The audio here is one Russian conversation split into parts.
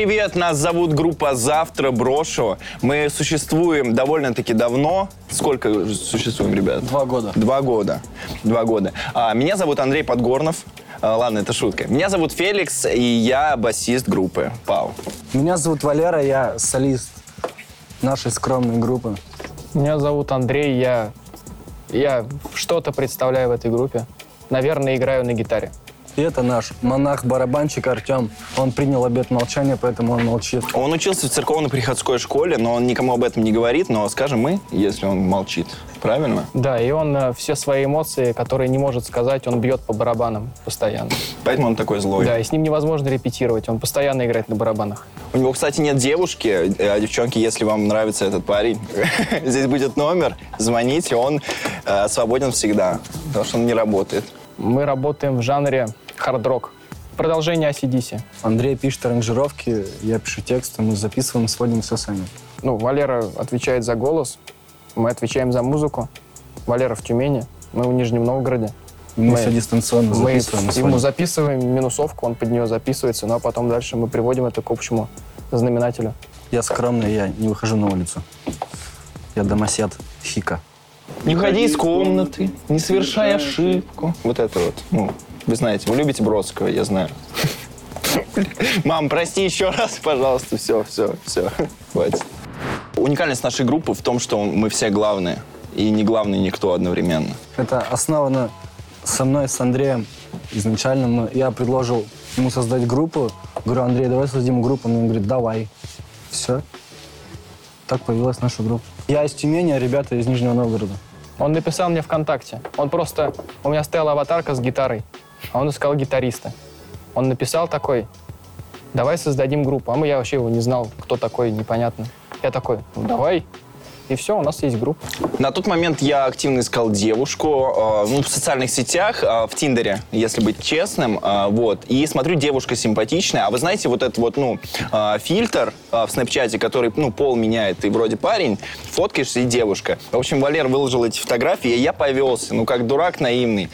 привет! Нас зовут группа «Завтра брошу». Мы существуем довольно-таки давно. Сколько существуем, ребят? 2 года. 2 года. 2 года. Меня зовут Андрей Подгорнов. Ладно, это шутка. Меня зовут Феликс, и я басист группы «Пау». Меня зовут Валера, я солист нашей скромной группы. Меня зовут Андрей, я что-то представляю в этой группе. Наверное, играю на гитаре. И это наш монах-барабанщик Артем. Он принял обет молчания, поэтому он молчит. Он учился в церковно-приходской школе, но он никому об этом не говорит, но скажем мы, если он молчит. Правильно? Да, и он все свои эмоции, которые не может сказать, он бьет по барабанам постоянно. Поэтому он такой злой. Да, и с ним невозможно репетировать, он постоянно играет на барабанах. У него, кстати, нет девушки. Девчонки, если вам нравится этот парень, здесь будет номер, звоните, он свободен всегда, потому что он не работает. Мы работаем в жанре хард-рок. Продолжение AC/DC. Андрей пишет аранжировки, я пишу тексты, мы записываем, сводим все сами. Валера отвечает за голос, мы отвечаем за музыку. Валера в Тюмени, мы в Нижнем Новгороде. Мы все дистанционно записываем. Мы ему записываем минусовку, он под нее записывается, ну а потом дальше мы приводим это к общему знаменателю. Я скромный, я не выхожу на улицу. Я домосед Фика. Не уходи из комнаты, не совершай ошибку. Вот это вот. Вы знаете, вы любите Бродского, я знаю. Мам, прости еще раз, пожалуйста. Все. Хватит. Уникальность нашей группы в том, что мы все главные. И не главный никто одновременно. Это основано со мной, с Андреем. Изначально я предложил ему создать группу. Говорю, Андрей, давай создадим группу. Он говорит, давай. Все. Так появилась наша группа. Я из Тюмени, а ребята из Нижнего Новгорода. Он написал мне ВКонтакте. У меня стояла аватарка с гитарой, а он искал гитариста. Он написал такой, давай создадим группу. Я вообще его не знал, кто такой, непонятно. Я такой, давай. И все, у нас есть группа. На тот момент я активно искал девушку в социальных сетях, в Тиндере, если быть честным. И смотрю, девушка симпатичная. А вы знаете, вот этот фильтр в Снэпчате, который пол меняет, и вроде парень, фоткаешься и девушка. В общем, Валер выложил эти фотографии, и я повелся, как дурак наивный.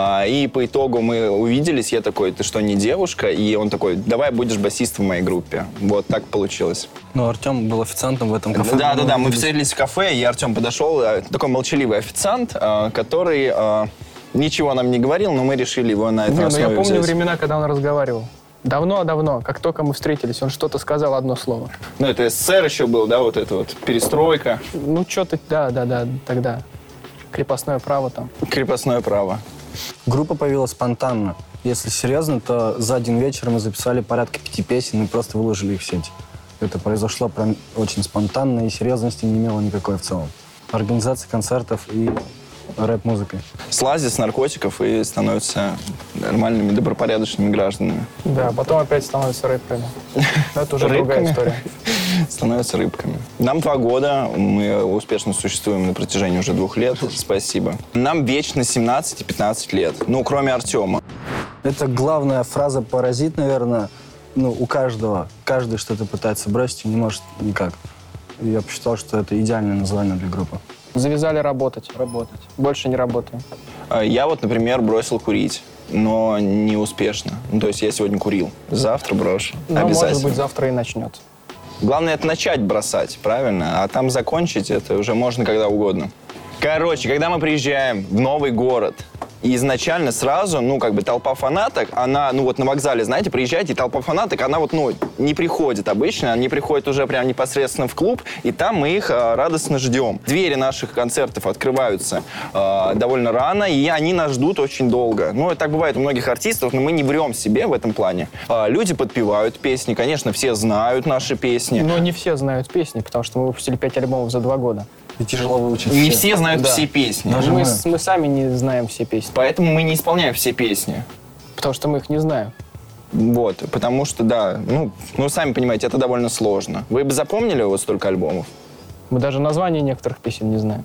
И по итогу мы увиделись, я такой, ты что, не девушка? И он такой, давай будешь басистом в моей группе. Вот так получилось. Артем был официантом в этом кафе. Да, мы встретились в кафе, и Артем подошел, такой молчаливый официант, который ничего нам не говорил, но мы решили его на этом основе Я помню взять. времена, когда он разговаривал. Давно, как только мы встретились, он что-то сказал, одно слово. Это СССР еще был, да, перестройка. Что-то, да, тогда. Крепостное право там. Крепостное право. Группа появилась спонтанно. Если серьезно, то за один вечер мы записали порядка 5 песен и просто выложили их в сеть. Это произошло прям очень спонтанно, и серьезности не имело никакой в целом. Организация концертов и рэп-музыкой. Слазят с наркотиков и становятся нормальными, добропорядочными гражданами. Да, потом опять становятся рэперами. Это уже другая история. Становятся рыбками. Нам 2 года, мы успешно существуем на протяжении уже 2 лет. Спасибо. Нам вечно 17 и 15 лет. Кроме Артема. Это главная фраза «паразит», наверное. У каждого. Каждый что-то пытается бросить и не может никак. И я посчитал, что это идеальное название для группы. Завязали работать. Больше не работаем. Я например, бросил курить, но не успешно. То есть я сегодня курил. Завтра брошу. Обязательно. Может быть, завтра и начнет. Главное, это начать бросать, правильно? А там закончить это уже можно когда угодно. Короче, когда мы приезжаем в новый город, и изначально сразу, толпа фанаток, она, на вокзале, знаете, приезжаете, и толпа фанаток, она не приходит обычно, они приходят уже прям непосредственно в клуб, и там мы их радостно ждем. Двери наших концертов открываются довольно рано, и они нас ждут очень долго. Так бывает у многих артистов, но мы не врем себе в этом плане. Люди подпевают песни, конечно, все знают наши песни. Но не все знают песни, потому что мы выпустили 5 альбомов за 2 года. И тяжело выучить. Не все знают все песни. Мы сами не знаем все песни. Поэтому мы не исполняем все песни. Потому что мы их не знаем. Потому что, да, сами понимаете, это довольно сложно. Вы бы запомнили столько альбомов? Мы даже названия некоторых песен не знаем.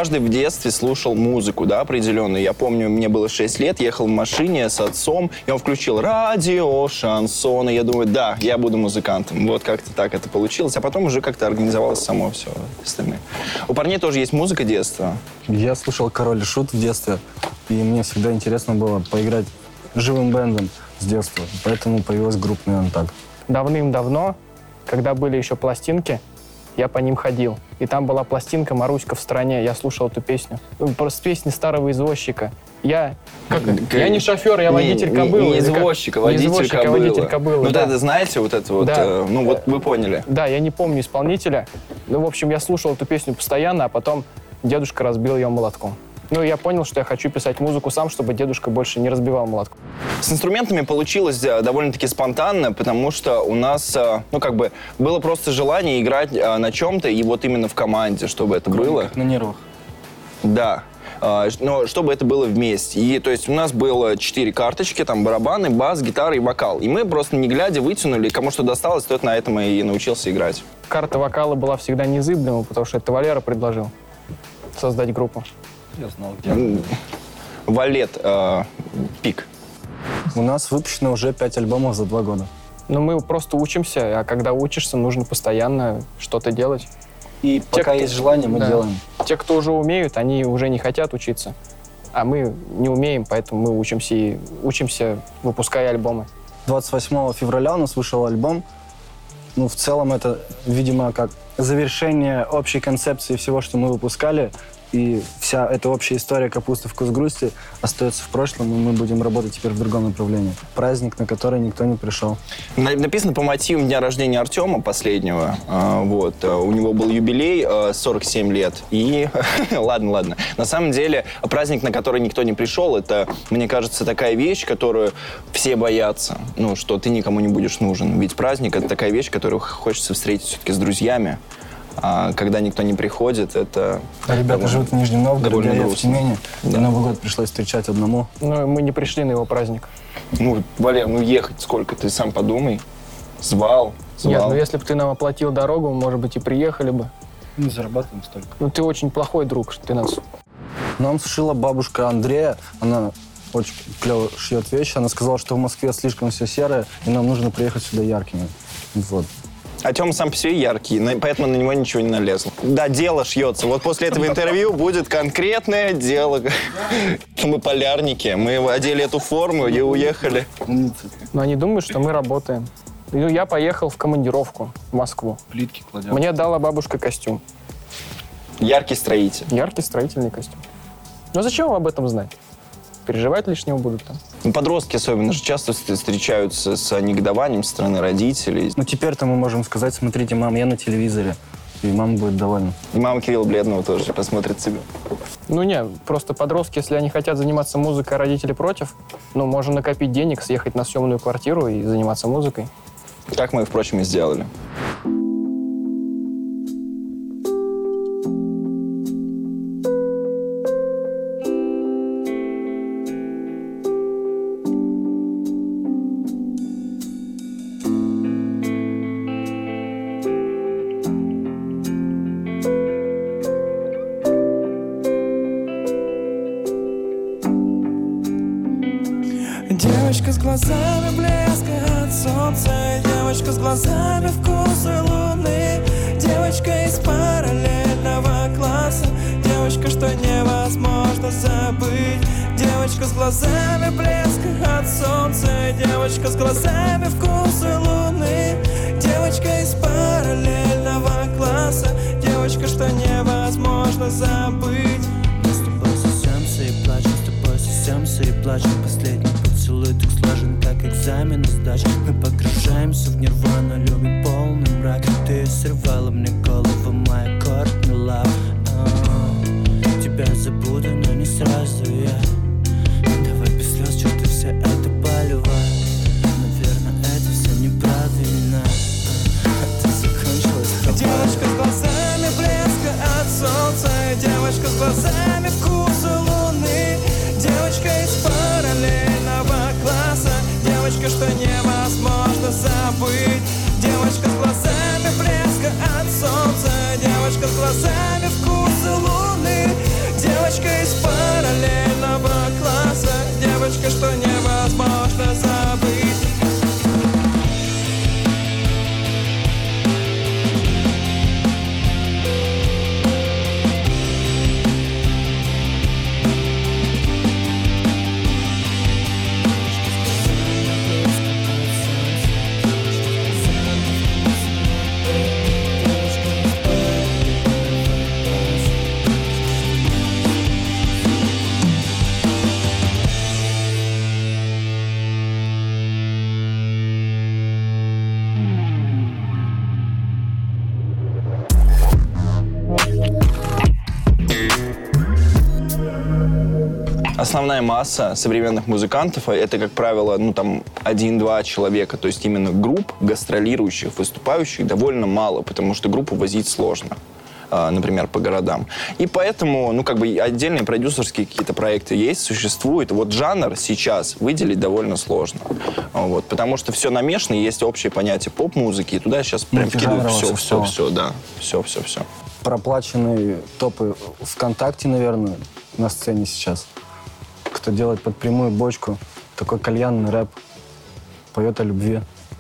каждый в детстве слушал музыку, да, определенную. Я помню, мне было 6 лет, ехал в машине с отцом, и он включил радио, шансон, и я думаю, да, я буду музыкантом. Вот как-то так это получилось, а потом уже как-то организовалось само все остальное. У парней тоже есть музыка детства. Я слушал «Король и Шут» в детстве, и мне всегда интересно было поиграть живым бэндом с детства. Поэтому появилась группа, наверное, так. Давным-давно, когда были еще пластинки, я по ним ходил. И там была пластинка «Маруська в стране». Я слушал эту песню. Просто песни старого извозчика. Я не шофер, я водитель кобылы. Не извозчик, а водитель кобылы. Ну, да. это, знаете, вот это вот, Да. вот вы поняли. Да, я не помню исполнителя. Ну, в общем, я слушал эту песню постоянно, а потом дедушка разбил ее молотком. Ну, я понял, что я хочу писать музыку сам, чтобы дедушка больше не разбивал молотком. С инструментами получилось довольно-таки спонтанно, потому что у нас, было просто желание играть на чем-то, и вот именно в команде, чтобы это было. Как на нервах. Да. Но чтобы это было вместе. И то есть у нас было 4 карточки, там барабаны, бас, гитара и вокал. И мы просто не глядя вытянули, кому что досталось, тот на этом и научился играть. Карта вокала была всегда незыблема, потому что это Валера предложил создать группу. Я знал, где. Валет, пик. У нас выпущено уже 5 альбомов за 2 года. Но мы просто учимся, а когда учишься, нужно постоянно что-то делать. И пока есть желание, мы делаем. Те, кто уже умеют, они уже не хотят учиться. А мы не умеем, поэтому мы учимся, выпуская альбомы. 28 февраля у нас вышел альбом. Ну, в целом это, видимо, как завершение общей концепции всего, что мы выпускали. И вся эта общая история «Капуста. Вкус грусти» остается в прошлом, и мы будем работать теперь в другом направлении. Праздник, на который никто не пришел. Написано по мотивам дня рождения Артема последнего. У него был юбилей 47 лет. И ладно. На самом деле праздник, на который никто не пришел, это, мне кажется, такая вещь, которую все боятся. Ну, что ты никому не будешь нужен. Ведь праздник — это такая вещь, которую хочется встретить все-таки с друзьями. А когда никто не приходит, это... Ребята живут в Нижнем Новгороде, а я в Тюмени. Да. И Новый год пришлось встречать одному. Но мы не пришли на его праздник. Ну, Валер, ехать сколько? Ты сам подумай. Звал. Нет, если бы ты нам оплатил дорогу, может быть, и приехали бы. Не зарабатываем столько. Ну, ты очень плохой друг, что ты нас... Нам сшила бабушка Андрея. Она очень клево шьет вещи. Она сказала, что в Москве слишком все серое, и нам нужно приехать сюда яркими. Вот. А Тёма сам по себе яркий, поэтому на него ничего не налезло. Да, дело шьется. Вот после этого интервью будет конкретное дело. Мы полярники. Мы одели эту форму и уехали. Но они думают, что мы работаем. Ну, я поехал в командировку в Москву. Плитки кладем. Мне дала бабушка костюм. Яркий строитель. Яркий строительный костюм. Ну, зачем вам об этом знать? Переживать лишнего будут там. Ну, подростки особенно же часто встречаются с негодованием со стороны родителей. Ну, теперь-то мы можем сказать: смотрите, мам, я на телевизоре. И мама будет довольна. И мама Кирилла Бледного тоже посмотрит себя. Ну, не, просто подростки, если они хотят заниматься музыкой, а родители против, ну, можно накопить денег, съехать на съемную квартиру и заниматься музыкой. Как мы, впрочем, и сделали. Девочка с глазами блеска от солнца, девочка с глазами вкуса луны, девочка из параллельного класса, девочка, что невозможно забыть. Девочка с глазами блеска от солнца, девочка с глазами вкуса луны, девочка из параллельного класса, девочка, что невозможно забыть. Мы с тобой сосемся и плачем, с тобой сосемся и плачем. Последний поцелуй так сложен, как экзамен на сдачу. Мы погружаемся в нирвану, любим полный мрак. Ты срывала мне голову, моя Courtney Love. Тебя забуду, но не сразу я. Давай без слез, что ты все это поливай. Наверное, это все неправильно. Это закончилось. Девочка с глазами блеска от солнца, девочка с глазами вкуса луны, девочка из параллельного класса, девочка, что невозможно забыть. Девочка с глазами блеска от солнца, девочка с глазами вкуса луны, Основная масса современных музыкантов — это, как правило, ну, там, 1-2 человека. То есть именно групп, гастролирующих, выступающих довольно мало, потому что группу возить сложно, например, по городам. И поэтому, ну, как бы отдельные продюсерские какие-то проекты есть, существуют. Вот жанр сейчас выделить довольно сложно. Вот, потому что все намешано, есть общее понятие поп-музыки, и туда сейчас прям вкидывают все, да. Все. Проплаченные топы ВКонтакте, наверное, на сцене сейчас. Кто делает под прямую бочку, такой кальянный рэп, поет о любви.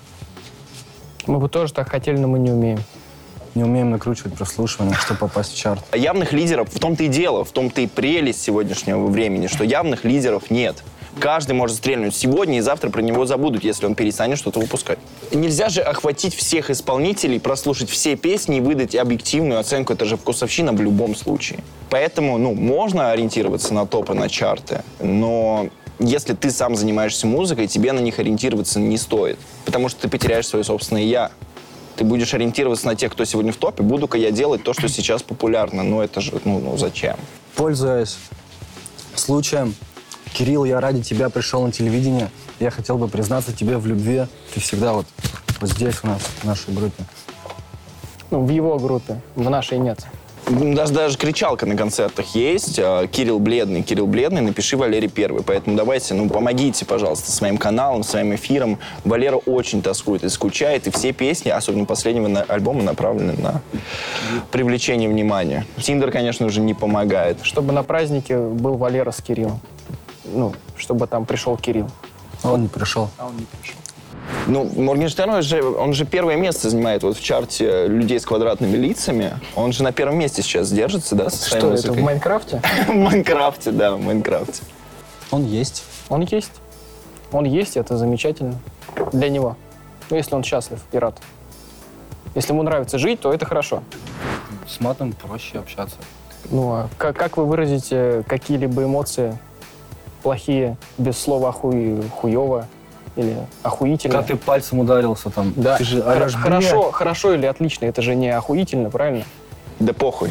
Мы бы тоже так хотели, но мы не умеем. Не умеем накручивать прослушивание, чтобы попасть в чарт. Явных лидеров, в том-то и дело, в том-то и прелесть сегодняшнего времени, что явных лидеров нет. Каждый может стрельнуть сегодня, и завтра про него забудут, если он перестанет что-то выпускать. Нельзя же охватить всех исполнителей, прослушать все песни и выдать объективную оценку. Это же вкусовщина в любом случае. Поэтому, ну, можно ориентироваться на топы, на чарты, но если ты сам занимаешься музыкой, тебе на них ориентироваться не стоит, потому что ты потеряешь свое собственное «я». Ты будешь ориентироваться на тех, кто сегодня в топе. Буду-ка я делать то, что сейчас популярно. Но это же, ну зачем? Пользуясь случаем, Кирилл, я ради тебя пришел на телевидение. Я хотел бы признаться тебе в любви. Ты всегда вот здесь у нас, в нашей группе. Ну, в его группе, в нашей нет. Даже кричалка на концертах есть. Кирилл бледный, напиши Валере первый. Поэтому давайте, ну, помогите, пожалуйста, своим каналом, своим эфиром. Валера очень тоскует и скучает, и все песни, особенно последнего альбома, направлены на привлечение внимания. Тиндер, конечно же, не помогает. Чтобы на празднике был Валера с Кириллом. Ну, чтобы там пришел Кирилл. Он не пришел. А он не пришел. Ну, Моргенштерн, он же первое место занимает вот в чарте людей с квадратными лицами. Он же на первом месте сейчас держится, да, со своей Что музыкой? это, в Майнкрафте? В Майнкрафте, да, в Майнкрафте. Он есть. Он есть. Он есть, это замечательно для него. Ну, если он счастлив и рад. Если ему нравится жить, то это хорошо. С матом проще общаться. Ну, а как вы выразите какие-либо эмоции плохие без слова хуёво или охуительно? Когда ты пальцем ударился там, Да. ты же орешь, Хорошо или отлично, это же не охуительно, правильно? Да похуй.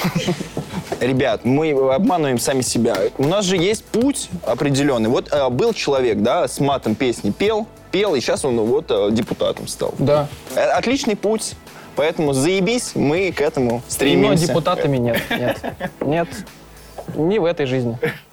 Ребят, мы обманываем сами себя. У нас же есть путь определенный. Вот был человек, да, с матом песни пел, и сейчас он вот депутатом стал. Да. Отличный путь. Поэтому заебись, мы к этому стремимся. Но депутатами нет. Нет. Не в этой жизни.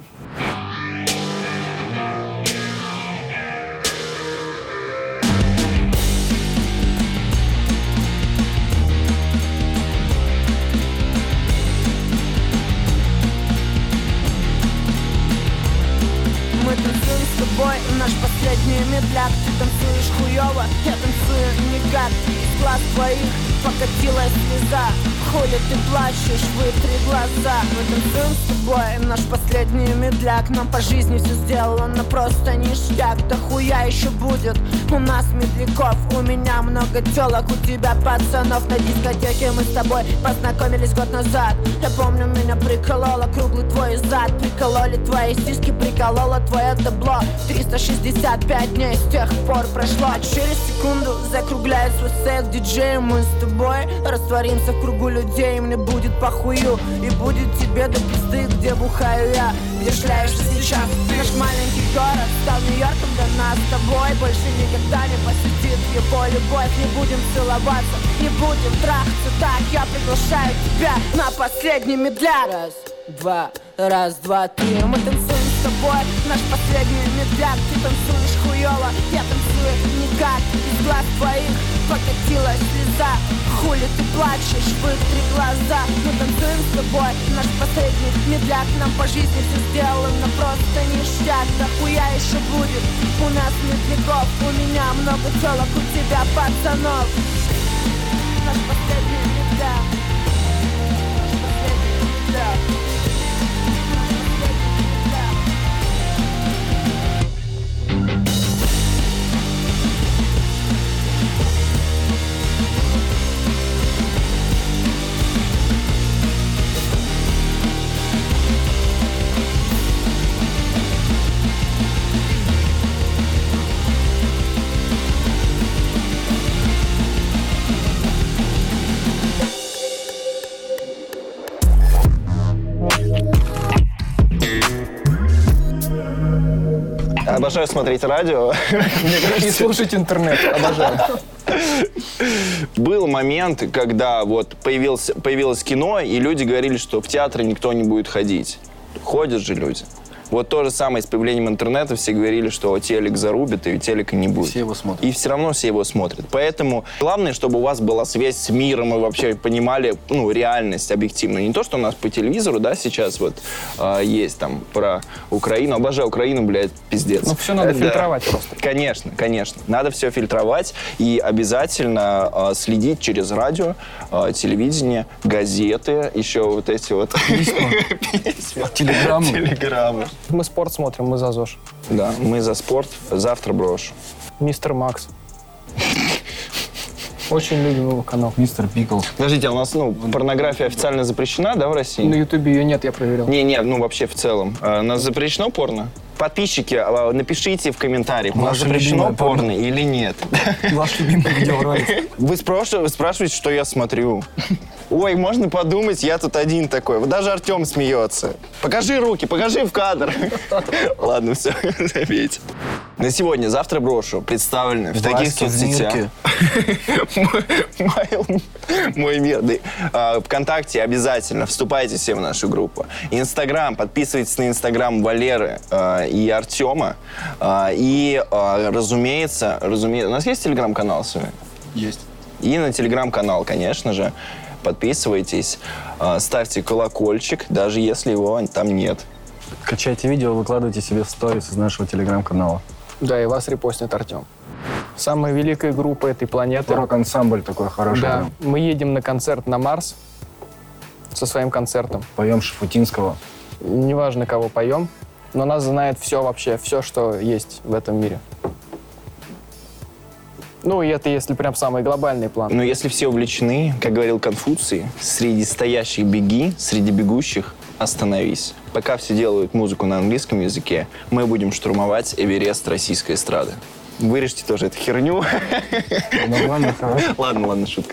Мы танцуем с тобой, наш последний медляк. Ты танцуешь хуёво, я танцую никак. Из глаз твоих покатилась слеза. Хули ты плачешь, вытри глаза. Мы танцуем с тобой, наш последний медляк. Нам по жизни все сделано просто ништяк. Да хуя еще будет у нас медляков. У меня много телок, у тебя пацанов. На дискотеке мы с тобой познакомились год назад. Я помню, меня приколола круглый твой зад. Прикололи твои сиськи, приколола твое табло. 365 дней с тех пор прошло. А через секунду закругляет свой сет диджей. Мы с тобой растворимся в кругу людей. Мне будет похую и будет тебе до пизды. Где бухаю я, где шляешься сейчас. Наш маленький город стал Нью-Йорком для нас с тобой. Больше никогда не посетит его любовь. Не будем целоваться, не будем трахаться. Так, я приглашаю тебя на последний медляк. Раз, два, три. Мы танцуем с тобой, наш последний медляк. Ты танцуешь хуёво, я танцую никак. Из глаз твоих покатилась слеза. Хули ты плачешь, вытри глаза. Мы танцуем с тобой, наш последний медляк. Нам по жизни все сделано просто ништяк. Да хуя еще будет у нас медляков. У меня много телок, у тебя пацанов. Наш последний медляк. Наш последний медляк. Обожаю смотреть радио. И слушать интернет. Обожаю. Был момент, когда вот появилось кино, и люди говорили, что в театры никто не будет ходить. Ходят же люди. Вот то же самое с появлением интернета. Все говорили, что телек зарубят, и телека не будет. Все его смотрят. И все равно все его смотрят. Поэтому главное, чтобы у вас была связь с миром, и вообще понимали, реальность объективную. Не то, что у нас по телевизору, да, сейчас вот есть там про Украину. Обожаю Украину, блядь, пиздец. Ну, все надо фильтровать просто. Конечно. Надо все фильтровать и обязательно следить через радио, телевидение, газеты, еще вот эти вот... Письма. Телеграммы. Мы спорт смотрим, мы за ЗОЖ. Да, мы за спорт. Завтра брошу. Мистер Макс. Очень любим его канал. Мистер Пиклс. Подождите, а у нас, порнография официально запрещена, да, в России? На Ютубе ее нет, я проверил. Не, вообще в целом. У нас запрещено порно? Подписчики, напишите в комментариях, у нас Ваше запрещено любимое порно или нет. Ваш любимый видеоролик. Вы спрашиваете, что я смотрю. Ой, можно подумать, я тут один такой. Вот даже Артем смеется. Покажи руки, покажи в кадр. Ладно, все, забейте. На сегодня, завтра брошу, представлены в таких соцсетях. Мой мир. ВКонтакте обязательно вступайте все в нашу группу. Инстаграм, подписывайтесь на Инстаграм Валеры и Артема. И, разумеется, у нас есть телеграм-канал с вами? Есть. И на телеграм-канал, конечно же. Подписывайтесь, ставьте колокольчик, даже если его там нет. Качайте видео, выкладывайте себе в сторис из нашего телеграм-канала. Да, и вас репостнет Артем. Самая великая группа этой планеты. Рок-ансамбль такой хороший. Да, мы едем на концерт на Марс со своим концертом. Поем Шафутинского. Неважно, кого поем, но нас знает все вообще, все, что есть в этом мире. Ну, и это если прям самый глобальный план. Но если все увлечены, как говорил Конфуций, среди стоящих беги, среди бегущих остановись. Пока все делают музыку на английском языке, мы будем штурмовать Эверест российской эстрады. Вырежьте тоже эту херню. Нормально, хорошо. Ладно, шутка.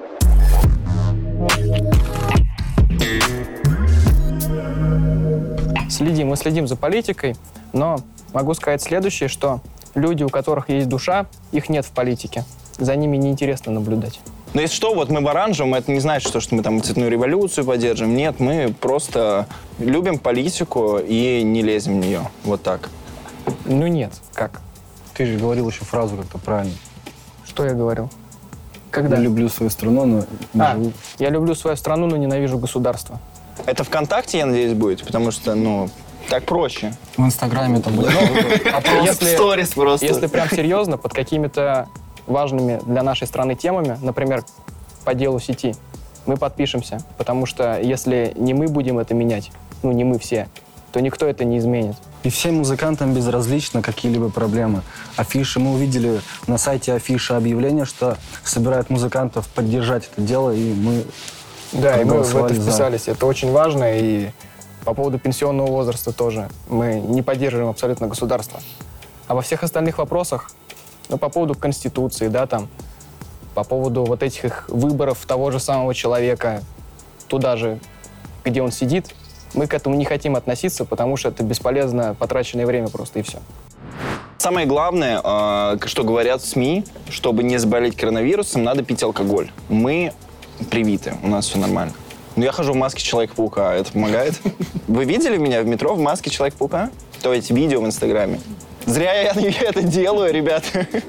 Мы следим за политикой, но могу сказать следующее, что люди, у которых есть душа, их нет в политике. За ними неинтересно наблюдать. Но если что, вот мы в оранжевом, это не значит, что мы там цветную революцию поддерживаем. Нет, мы просто любим политику и не лезем в нее. Вот так. Ну нет, как? Ты же говорил еще фразу как-то правильно. Что я говорил? Когда? Я люблю свою страну, но не живу. Я люблю свою страну, но ненавижу государство. Это ВКонтакте, я надеюсь, будет, потому что, так проще. В Инстаграме там будет. Сторис просто. Если прям серьезно, под какими-то важными для нашей страны темами, например, по делу сети, мы подпишемся. Потому что если не мы будем это менять, не мы все, то никто это не изменит. И всем музыкантам безразлично какие-либо проблемы. Афиши, мы увидели на сайте Афиша объявление, что собирают музыкантов поддержать это дело, и мы Да, и мы в это проголосовали за. вписались. Это очень важно. И по поводу пенсионного возраста тоже. Мы не поддерживаем абсолютно государство. А во всех остальных вопросах, по поводу Конституции, да, там, по поводу вот этих их выборов того же самого человека, туда же, где он сидит, мы к этому не хотим относиться, потому что это бесполезно потраченное время просто, и все. Самое главное, что говорят в СМИ, чтобы не заболеть коронавирусом, надо пить алкоголь. Мы привиты, у нас все нормально. Но я хожу в маске Человека-паука, это помогает? Вы видели меня в метро в маске Человека-паука? То есть видео в Инстаграме. Зря я это делаю, ребят.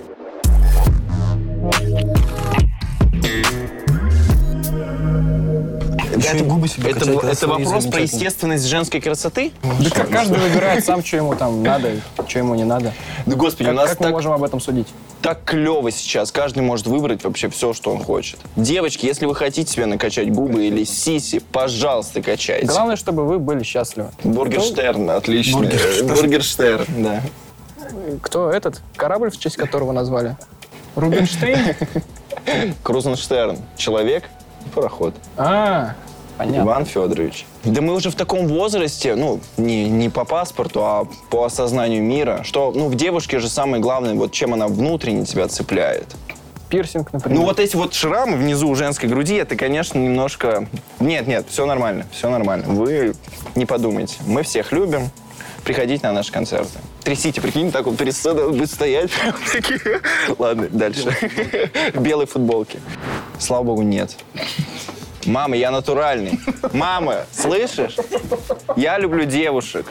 Еще и губы себе качать, когда Это свои вопрос про замечательные. естественность женской красоты? Да как каждый выбирает сам, что ему там надо, что ему не надо. Да, господи, у нас Как мы можем об этом судить? так клево сейчас. Каждый может выбрать вообще все, что он хочет. Девочки, если вы хотите себе накачать губы или сиси, пожалуйста, качайте. Главное, чтобы вы были счастливы. Бургерштерн, отлично. Бургерштерн, да. Кто этот? Корабль, в честь которого назвали? Рубинштейн? Крузенштерн. Человек, пароход. Понятно. Иван Федорович. Да мы уже в таком возрасте, не по паспорту, а по осознанию мира, что, в девушке же самое главное, вот чем она внутренне тебя цепляет. Пирсинг, например. Вот эти вот шрамы внизу у женской груди, это, конечно, немножко... Нет, все нормально, все нормально. Вы не подумайте. Мы всех любим. приходите на наши концерты. Трясите, прикинь, так вот перед сценой будет стоять. Прям такие. Ладно, дальше. В белой футболке. Слава богу, нет. Мама, я натуральный. Мама, слышишь? Я люблю девушек.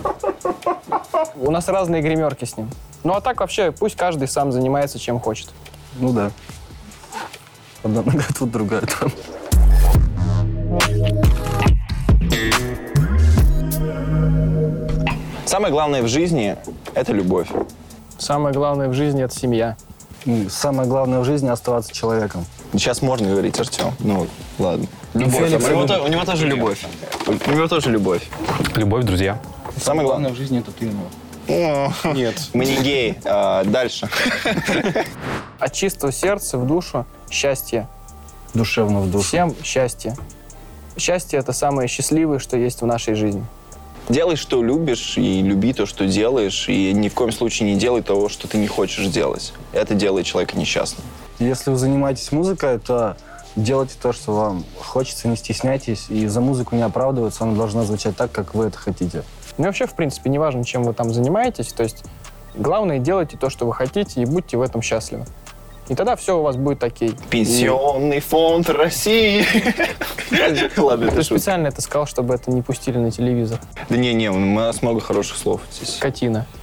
У нас разные гримерки с ним. Ну а так вообще, пусть каждый сам занимается чем хочет. Ну да. Одна нога тут, другая там. Самое главное в жизни – это любовь. Самое главное в жизни — это семья. Самое главное в жизни — оставаться человеком. Сейчас можно говорить, Артем. Ну, ладно. Любовь. Феликс, у него тоже любовь. У него тоже любовь. Любовь, друзья. Самое главное. в жизни — это ты. Нет. Мы не геи. Дальше. От чистого сердца в душу счастье. Душевно в душу. Всем счастье. Счастье — это самое счастливое, что есть в нашей жизни. Делай, что любишь, и люби то, что делаешь, и ни в коем случае не делай того, что ты не хочешь делать. Это делает человека несчастным. Если вы занимаетесь музыкой, то делайте то, что вам хочется, не стесняйтесь, и за музыку не оправдываться, она должна звучать так, как вы это хотите. Ну и вообще, в принципе, неважно, чем вы там занимаетесь, то есть главное, делайте то, что вы хотите, и будьте в этом счастливы. И тогда все у вас будет окей. Пенсионный фонд России. Ладно, Ты это шутка. специально это сказал, чтобы это не пустили на телевизор. Да не, у нас много хороших слов здесь. Скотина.